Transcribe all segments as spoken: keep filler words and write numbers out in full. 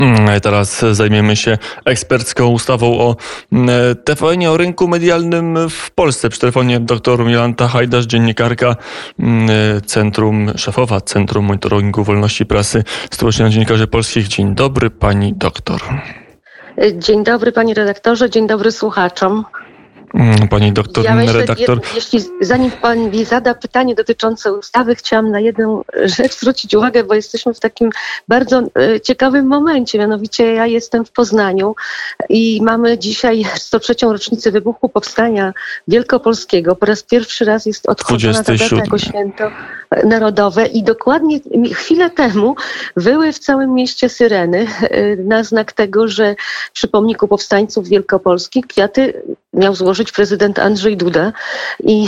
Teraz zajmiemy się ekspercką ustawą o T V N-ie, o rynku medialnym w Polsce. Przy telefonie dr Jolanta Hajdasz, dziennikarka, Centrum, szefowa Centrum Monitoringu Wolności Prasy, Stowarzyszenia Dziennikarzy Polskich. Dzień dobry, pani doktor. Dzień dobry, panie redaktorze, dzień dobry słuchaczom. Pani doktor, ja myślę, redaktor. Jeśli zanim pan mi zada pytanie dotyczące ustawy, chciałam na jedną rzecz zwrócić uwagę, bo jesteśmy w takim bardzo ciekawym momencie. Mianowicie ja jestem w Poznaniu i mamy dzisiaj sto trzecią rocznicę wybuchu Powstania Wielkopolskiego. Po raz pierwszy raz jest odchodzona ta data jako święto narodowe i dokładnie chwilę temu wyły w całym mieście syreny na znak tego, że przy pomniku powstańców wielkopolskich kwiaty miał złożyć prezydent Andrzej Duda i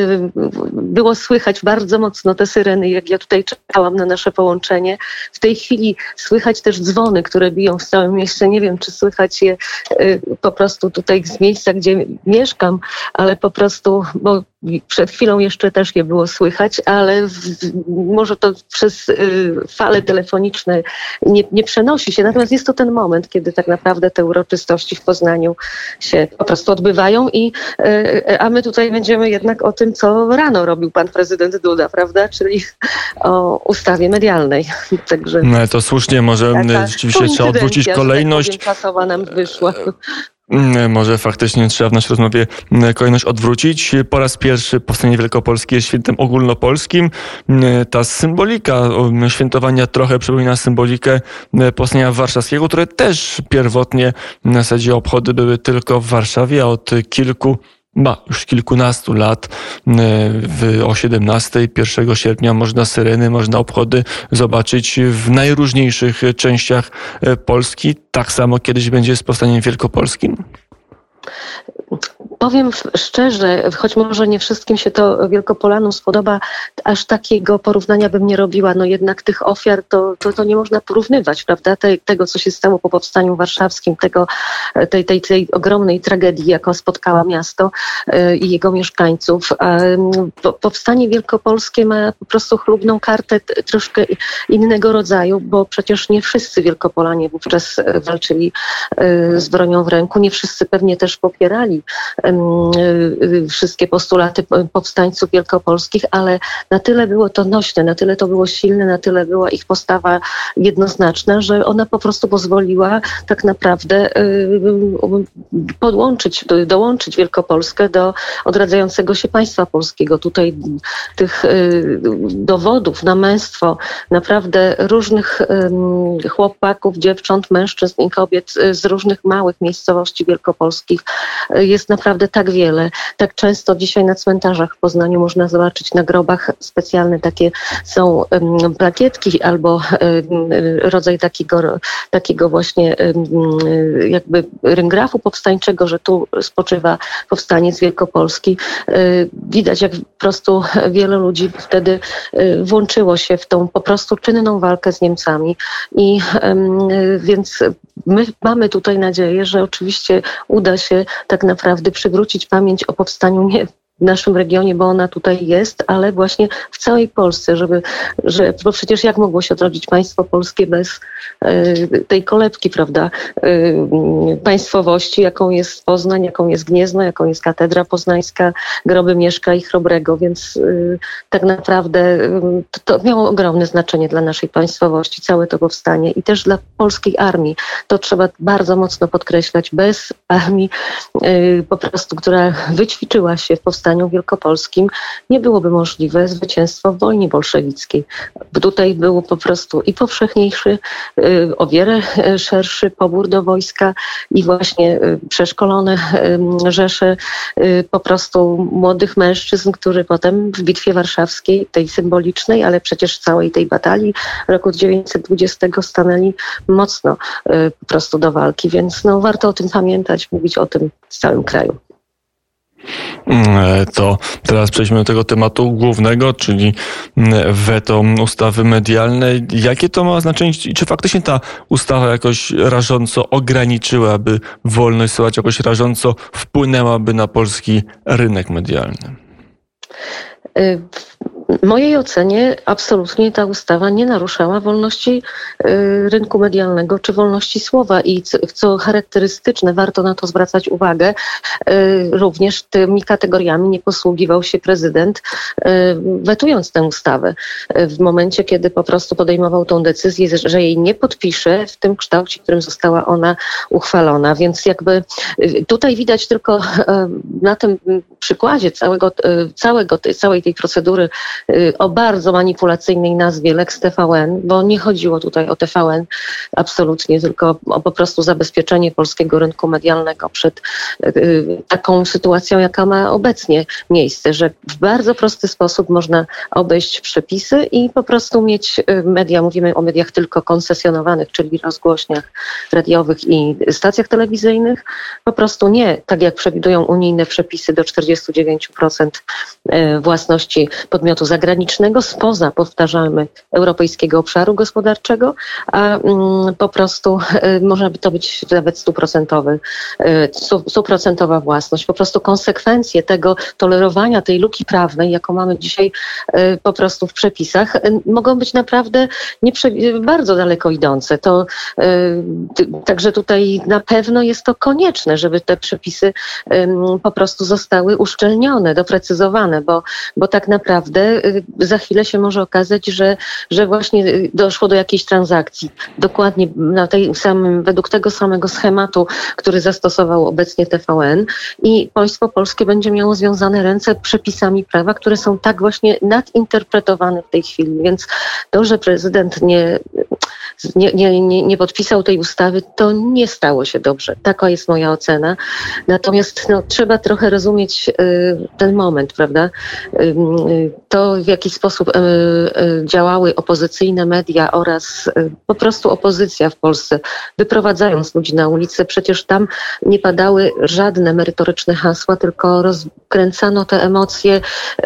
było słychać bardzo mocno te syreny, jak ja tutaj czekałam na nasze połączenie. W tej chwili słychać też dzwony, które biją w całym mieście. Nie wiem, czy słychać je po prostu tutaj z miejsca, gdzie mieszkam, ale po prostu, bo przed chwilą jeszcze też je było słychać, ale w, może to przez y, fale telefoniczne nie, nie przenosi się. Natomiast jest to ten moment, kiedy tak naprawdę te uroczystości w Poznaniu się po prostu odbywają i y, a my tutaj będziemy jednak o tym, co rano robił pan prezydent Duda, prawda? Czyli o ustawie medialnej. Także no to słusznie, może rzeczywiście trzeba odwrócić kolejność. Tak powiem, czasowa nam wyszła. Może faktycznie trzeba w naszej rozmowie kolejność odwrócić. Po raz pierwszy Powstanie Wielkopolskie jest świętem ogólnopolskim. Ta symbolika świętowania trochę przypomina symbolikę Powstania Warszawskiego, które też pierwotnie w zasadzie obchody były tylko w Warszawie, a od kilku Ma już kilkunastu lat w, o siedemnastej, pierwszego sierpnia można syreny, można obchody zobaczyć w najróżniejszych częściach Polski. Tak samo kiedyś będzie z Powstaniem Wielkopolskim? Powiem szczerze, choć może nie wszystkim się to Wielkopolanom spodoba, aż takiego porównania bym nie robiła. No jednak tych ofiar to, to, to nie można porównywać, prawda? Te, tego, co się stało po Powstaniu Warszawskim, tego, tej, tej, tej ogromnej tragedii, jaką spotkała miasto yy, i jego mieszkańców. Yy, Powstanie Wielkopolskie ma po prostu chlubną kartę t, troszkę innego rodzaju, bo przecież nie wszyscy Wielkopolanie wówczas walczyli yy, z bronią w ręku, nie wszyscy pewnie też popierali wszystkie postulaty powstańców wielkopolskich, ale na tyle było to nośne, na tyle to było silne, na tyle była ich postawa jednoznaczna, że ona po prostu pozwoliła tak naprawdę podłączyć, dołączyć Wielkopolskę do odradzającego się państwa polskiego. Tutaj tych dowodów na męstwo naprawdę różnych chłopaków, dziewcząt, mężczyzn i kobiet z różnych małych miejscowości wielkopolskich jest naprawdę tak wiele. Tak często dzisiaj na cmentarzach w Poznaniu można zobaczyć na grobach specjalne takie są um, plakietki albo um, rodzaj takiego, takiego właśnie um, jakby ryngrafu powstańczego, że tu spoczywa powstaniec Wielkopolski. Um, widać, jak po prostu wielu ludzi wtedy um, włączyło się w tą po prostu czynną walkę z Niemcami. I um, więc my mamy tutaj nadzieję, że oczywiście uda się tak naprawdę przywrócić pamięć o powstaniu nie w naszym regionie, bo ona tutaj jest, ale właśnie w całej Polsce, żeby, że, bo przecież jak mogło się odrodzić państwo polskie bez y, tej kolebki, prawda, y, państwowości, jaką jest Poznań, jaką jest Gniezno, jaką jest Katedra Poznańska, groby Mieszka i Chrobrego, więc y, tak naprawdę y, to, to miało ogromne znaczenie dla naszej państwowości, całe to powstanie i też dla polskiej armii. To trzeba bardzo mocno podkreślać. Bez armii y, po prostu, która wyćwiczyła się w powstaniu Wielkopolskim, nie byłoby możliwe zwycięstwo w wojnie bolszewickiej. Tutaj był po prostu i powszechniejszy, o wiele szerszy pobór do wojska i właśnie przeszkolone rzesze po prostu młodych mężczyzn, którzy potem w Bitwie Warszawskiej, tej symbolicznej, ale przecież całej tej batalii roku tysiąc dziewięćset dwudziestego stanęli mocno po prostu do walki, więc no, warto o tym pamiętać, mówić o tym w całym kraju. To teraz przejdźmy do tego tematu głównego, czyli weto ustawy medialnej. Jakie to ma znaczenie i czy faktycznie ta ustawa jakoś rażąco ograniczyłaby wolność słowa, jakoś rażąco wpłynęłaby na polski rynek medialny? W mojej ocenie absolutnie ta ustawa nie naruszała wolności y, rynku medialnego czy wolności słowa i co, co charakterystyczne, warto na to zwracać uwagę, y, również tymi kategoriami nie posługiwał się prezydent, y, wetując tę ustawę. Y, w momencie, kiedy po prostu podejmował tą decyzję, że jej nie podpisze w tym kształcie, w którym została ona uchwalona. Więc jakby y, tutaj widać tylko y, na tym przykładzie całego, y, całego, całej tej procedury o bardzo manipulacyjnej nazwie Lex T V N, bo nie chodziło tutaj o T V N absolutnie, tylko o po prostu zabezpieczenie polskiego rynku medialnego przed taką sytuacją, jaka ma obecnie miejsce, że w bardzo prosty sposób można obejść przepisy i po prostu mieć media, mówimy o mediach tylko koncesjonowanych, czyli rozgłośniach radiowych i stacjach telewizyjnych, po prostu nie, tak jak przewidują unijne przepisy, do czterdzieści dziewięć procent własności podmiotu zagranicznego spoza, powtarzamy, europejskiego obszaru gospodarczego, a mm, po prostu y, może to być nawet stuprocentowy, y, stuprocentowa własność. Po prostu konsekwencje tego tolerowania tej luki prawnej, jaką mamy dzisiaj y, po prostu w przepisach, y, mogą być naprawdę nieprze- bardzo daleko idące. To, y, t- także tutaj na pewno jest to konieczne, żeby te przepisy y, po prostu zostały uszczelnione, doprecyzowane, bo, bo tak naprawdę za chwilę się może okazać, że, że właśnie doszło do jakiejś transakcji. Dokładnie na tej samym, według tego samego schematu, który zastosował obecnie T V N i państwo polskie będzie miało związane ręce przepisami prawa, które są tak właśnie nadinterpretowane w tej chwili. Więc to, że prezydent nie, nie, nie, nie, nie podpisał tej ustawy, to nie stało się dobrze. Taka jest moja ocena. Natomiast no, trzeba trochę rozumieć y, ten moment, prawda? Y, y, to w jaki sposób y, y, działały opozycyjne media oraz y, po prostu opozycja w Polsce, wyprowadzając ludzi na ulicę. Przecież tam nie padały żadne merytoryczne hasła, tylko rozkręcano te emocje y,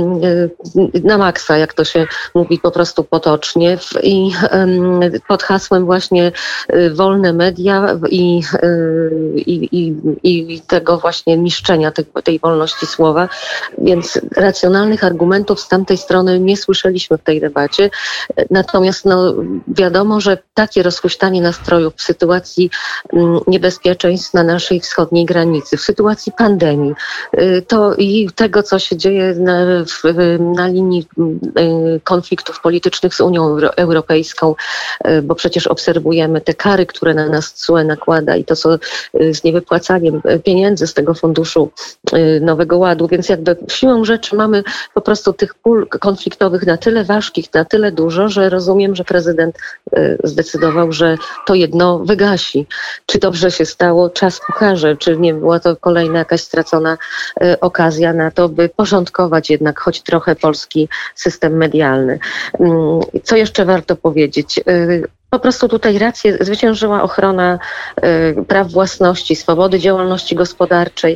y, na maksa, jak to się mówi po prostu potocznie. I y, pod hasłem właśnie y, wolne media i, y, i, i, i tego właśnie niszczenia tej, tej wolności słowa. Więc racjonalnych argumentów z tamtej strony nie słyszeliśmy w tej debacie. Natomiast no, wiadomo, że takie rozhuśtanie nastrojów w sytuacji mm, niebezpieczeństw na naszej wschodniej granicy, w sytuacji pandemii, y, to i tego, co się dzieje na, w, na linii y, konfliktów politycznych z Unią Euro- Europejską, y, bo przecież obserwujemy te kary, które na nas C U E nakłada i to, co y, z niewypłacaniem pieniędzy z tego funduszu y, Nowego Ładu, więc jakby siłą rzeczy mamy po prostu tych pól konfliktowych na tyle ważkich, na tyle dużo, że rozumiem, że prezydent y, zdecydował, że to jedno wygasi. Czy dobrze się stało? Czas pokaże. Czy nie była to kolejna jakaś stracona y, okazja na to, by porządkować jednak choć trochę polski system medialny. Y, co jeszcze warto powiedzieć? Y, Po prostu tutaj rację zwyciężyła ochrona y, praw własności, swobody działalności gospodarczej.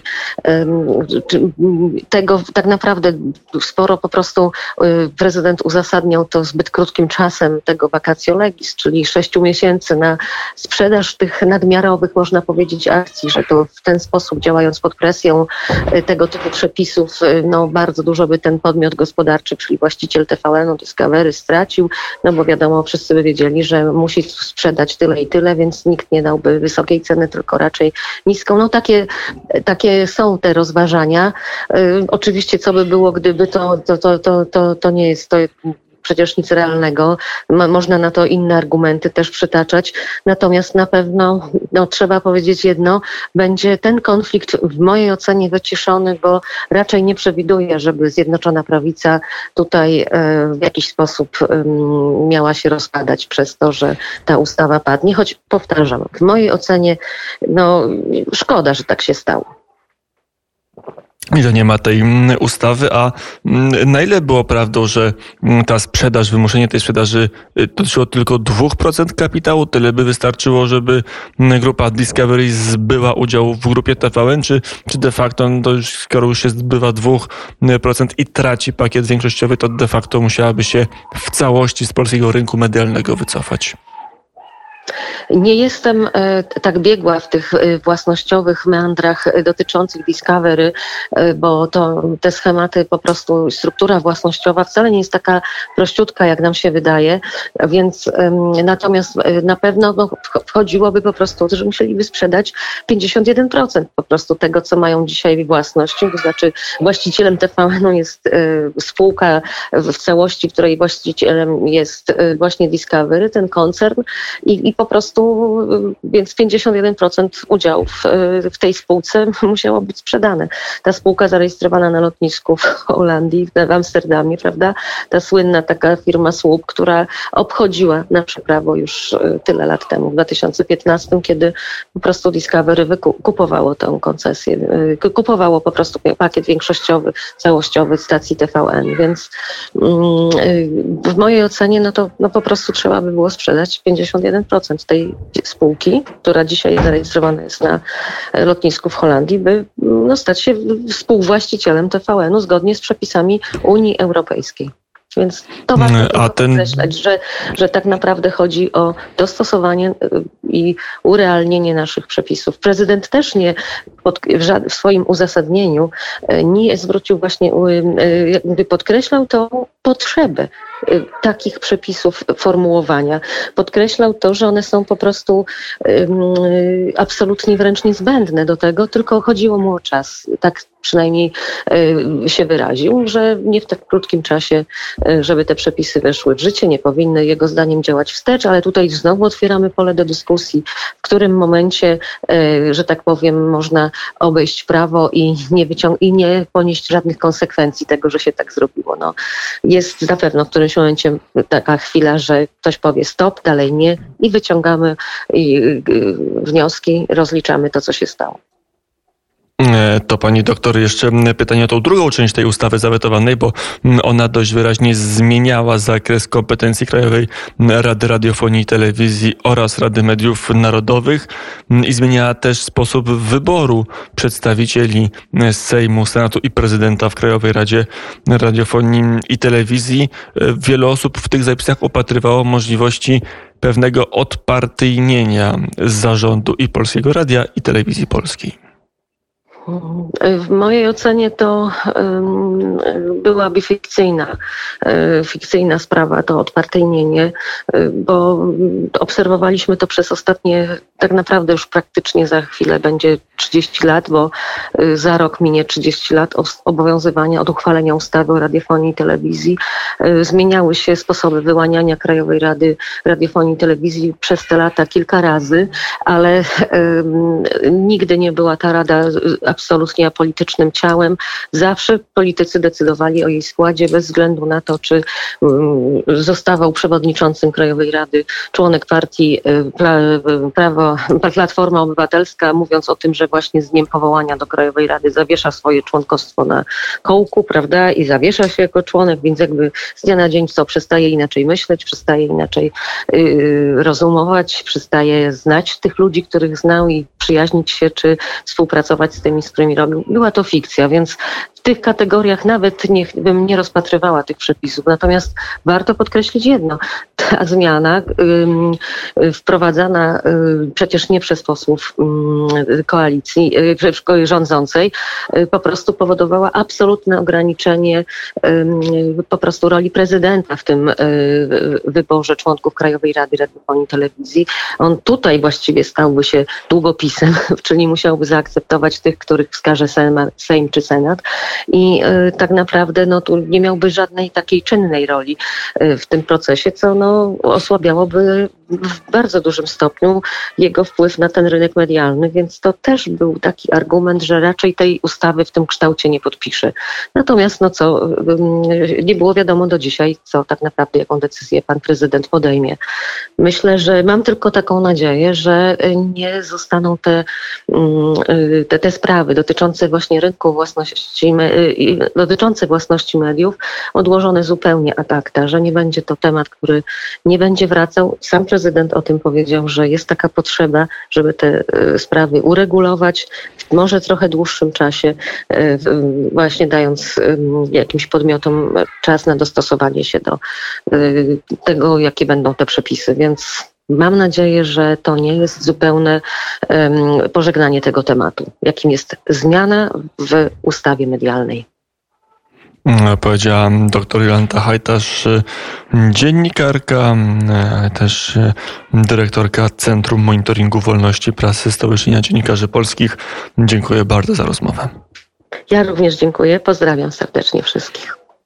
Y, tego tak naprawdę sporo po prostu y, prezydent uzasadniał to zbyt krótkim czasem tego vacatio legis, czyli sześciu miesięcy na sprzedaż tych nadmiarowych, można powiedzieć, akcji, że to w ten sposób, działając pod presją y, tego typu przepisów, y, no bardzo dużo by ten podmiot gospodarczy, czyli właściciel T V N-u, Discovery stracił, no bo wiadomo, wszyscy by wiedzieli, że musi sprzedać tyle i tyle, więc nikt nie dałby wysokiej ceny, tylko raczej niską. No takie, takie są te rozważania. Y, oczywiście co by było, gdyby to, to, to, to, to, to nie jest to przecież nic realnego. Ma, można na to inne argumenty też przytaczać. Natomiast na pewno no, trzeba powiedzieć jedno, będzie ten konflikt w mojej ocenie wyciszony, bo raczej nie przewiduję, żeby Zjednoczona Prawica tutaj e, w jakiś sposób e, miała się rozpadać przez to, że ta ustawa padnie. Choć powtarzam, w mojej ocenie no, szkoda, że tak się stało. I że nie ma tej ustawy, a na ile było prawdą, że ta sprzedaż, wymuszenie tej sprzedaży dotyczyło tylko dwa procent kapitału? Tyle by wystarczyło, żeby grupa Discovery zbyła udział w grupie T V N, czy, czy de facto, to już, skoro już się zbywa dwa procent i traci pakiet większościowy, to de facto musiałaby się w całości z polskiego rynku medialnego wycofać? Nie jestem tak biegła w tych własnościowych meandrach dotyczących Discovery, bo to te schematy po prostu, struktura własnościowa wcale nie jest taka prościutka, jak nam się wydaje, więc natomiast na pewno no, wchodziłoby po prostu o to, że musieliby sprzedać pięćdziesiąt jeden procent po prostu tego, co mają dzisiaj własność, to znaczy właścicielem T V N-u jest spółka w całości, której właścicielem jest właśnie Discovery, ten koncern i, i po prostu, więc pięćdziesiąt jeden procent udziałów w tej spółce musiało być sprzedane. Ta spółka zarejestrowana na lotnisku w Holandii, w Amsterdamie, prawda? Ta słynna taka firma Słup, która obchodziła nasze prawo już tyle lat temu, w dwa tysiące piętnastym, kiedy po prostu Discovery kupowało tę koncesję, kupowało po prostu pakiet większościowy, całościowy stacji T V N, więc w mojej ocenie no to no po prostu trzeba by było sprzedać pięćdziesiąt jeden procent tej spółki, która dzisiaj zarejestrowana jest na lotnisku w Holandii, by no, stać się współwłaścicielem T V N-u zgodnie z przepisami Unii Europejskiej. Więc to warto A ten... podkreślać, że, że tak naprawdę chodzi o dostosowanie i urealnienie naszych przepisów. Prezydent też nie pod, w swoim uzasadnieniu nie zwrócił właśnie, jakby podkreślał tą potrzebę takich przepisów formułowania. Podkreślał to, że one są po prostu um, absolutnie wręcz niezbędne do tego, tylko chodziło mu o czas. Tak przynajmniej y, się wyraził, że nie w tak krótkim czasie, y, żeby te przepisy weszły w życie, nie powinny jego zdaniem działać wstecz, ale tutaj znowu otwieramy pole do dyskusji, w którym momencie, y, że tak powiem, można obejść prawo i nie, wyciąg- i nie ponieść żadnych konsekwencji tego, że się tak zrobiło. No, jest na pewno w którymś momencie taka chwila, że ktoś powie stop, dalej nie i wyciągamy y, y, wnioski, rozliczamy to, co się stało. To pani doktor, jeszcze pytanie o tą drugą część tej ustawy zawetowanej, bo ona dość wyraźnie zmieniała zakres kompetencji Krajowej Rady Radiofonii i Telewizji oraz Rady Mediów Narodowych i zmieniała też sposób wyboru przedstawicieli Sejmu, Senatu i prezydenta w Krajowej Radzie Radiofonii i Telewizji. Wiele osób w tych zapisach upatrywało możliwości pewnego odpartyjnienia zarządu i Polskiego Radia i Telewizji Polskiej. W mojej ocenie to um, byłaby fikcyjna, um, fikcyjna sprawa, to odpartyjnienie, um, bo obserwowaliśmy to przez ostatnie, tak naprawdę już praktycznie za chwilę będzie trzydzieści lat, bo um, za rok minie trzydzieści lat obowiązywania od uchwalenia ustawy o radiofonii i telewizji. Um, zmieniały się sposoby wyłaniania Krajowej Rady Radiofonii i Telewizji przez te lata kilka razy, ale um, nigdy nie była ta rada absolutnie apolitycznym ciałem. Zawsze politycy decydowali o jej składzie bez względu na to, czy um, zostawał przewodniczącym Krajowej Rady członek partii pra, Prawo, Platforma Obywatelska, mówiąc o tym, że właśnie z dniem powołania do Krajowej Rady zawiesza swoje członkostwo na kołku, prawda, i zawiesza się jako członek, więc jakby z dnia na dzień co, przestaje inaczej myśleć, przestaje inaczej yy, rozumować, przestaje znać tych ludzi, których znał i przyjaźnić się, czy współpracować z tymi, z którymi robił. Była to fikcja, więc w tych kategoriach nawet nie, bym nie rozpatrywała tych przepisów. Natomiast warto podkreślić jedno. Ta zmiana y, wprowadzana y, przecież nie przez posłów y, koalicji y, rządzącej y, po prostu powodowała absolutne ograniczenie y, po prostu roli prezydenta w tym y, wyborze członków Krajowej Rady Radiofonii i Telewizji. On tutaj właściwie stałby się długopisem, czyli musiałby zaakceptować tych, których wskaże Sejm czy Senat i y, tak naprawdę no, tu nie miałby żadnej takiej czynnej roli y, w tym procesie, co no, osłabiałoby w bardzo dużym stopniu jego wpływ na ten rynek medialny, więc to też był taki argument, że raczej tej ustawy w tym kształcie nie podpisze. Natomiast no co, y, nie było wiadomo do dzisiaj, co tak naprawdę, jaką decyzję pan prezydent podejmie. Myślę, że mam tylko taką nadzieję, że nie zostaną te, y, te, te sprawy dotyczące właśnie rynku własności, dotyczące własności mediów odłożone zupełnie ad acta, że nie będzie to temat, który nie będzie wracał. Sam prezydent o tym powiedział, że jest taka potrzeba, żeby te sprawy uregulować w może trochę dłuższym czasie, właśnie dając jakimś podmiotom czas na dostosowanie się do tego, jakie będą te przepisy, więc mam nadzieję, że to nie jest zupełne um, pożegnanie tego tematu, jakim jest zmiana w ustawie medialnej. Powiedziała dr Jolanta Hajtasz, dziennikarka, też dyrektorka Centrum Monitoringu Wolności Prasy Stowarzyszenia Dziennikarzy Polskich. Dziękuję bardzo za rozmowę. Ja również dziękuję. Pozdrawiam serdecznie wszystkich.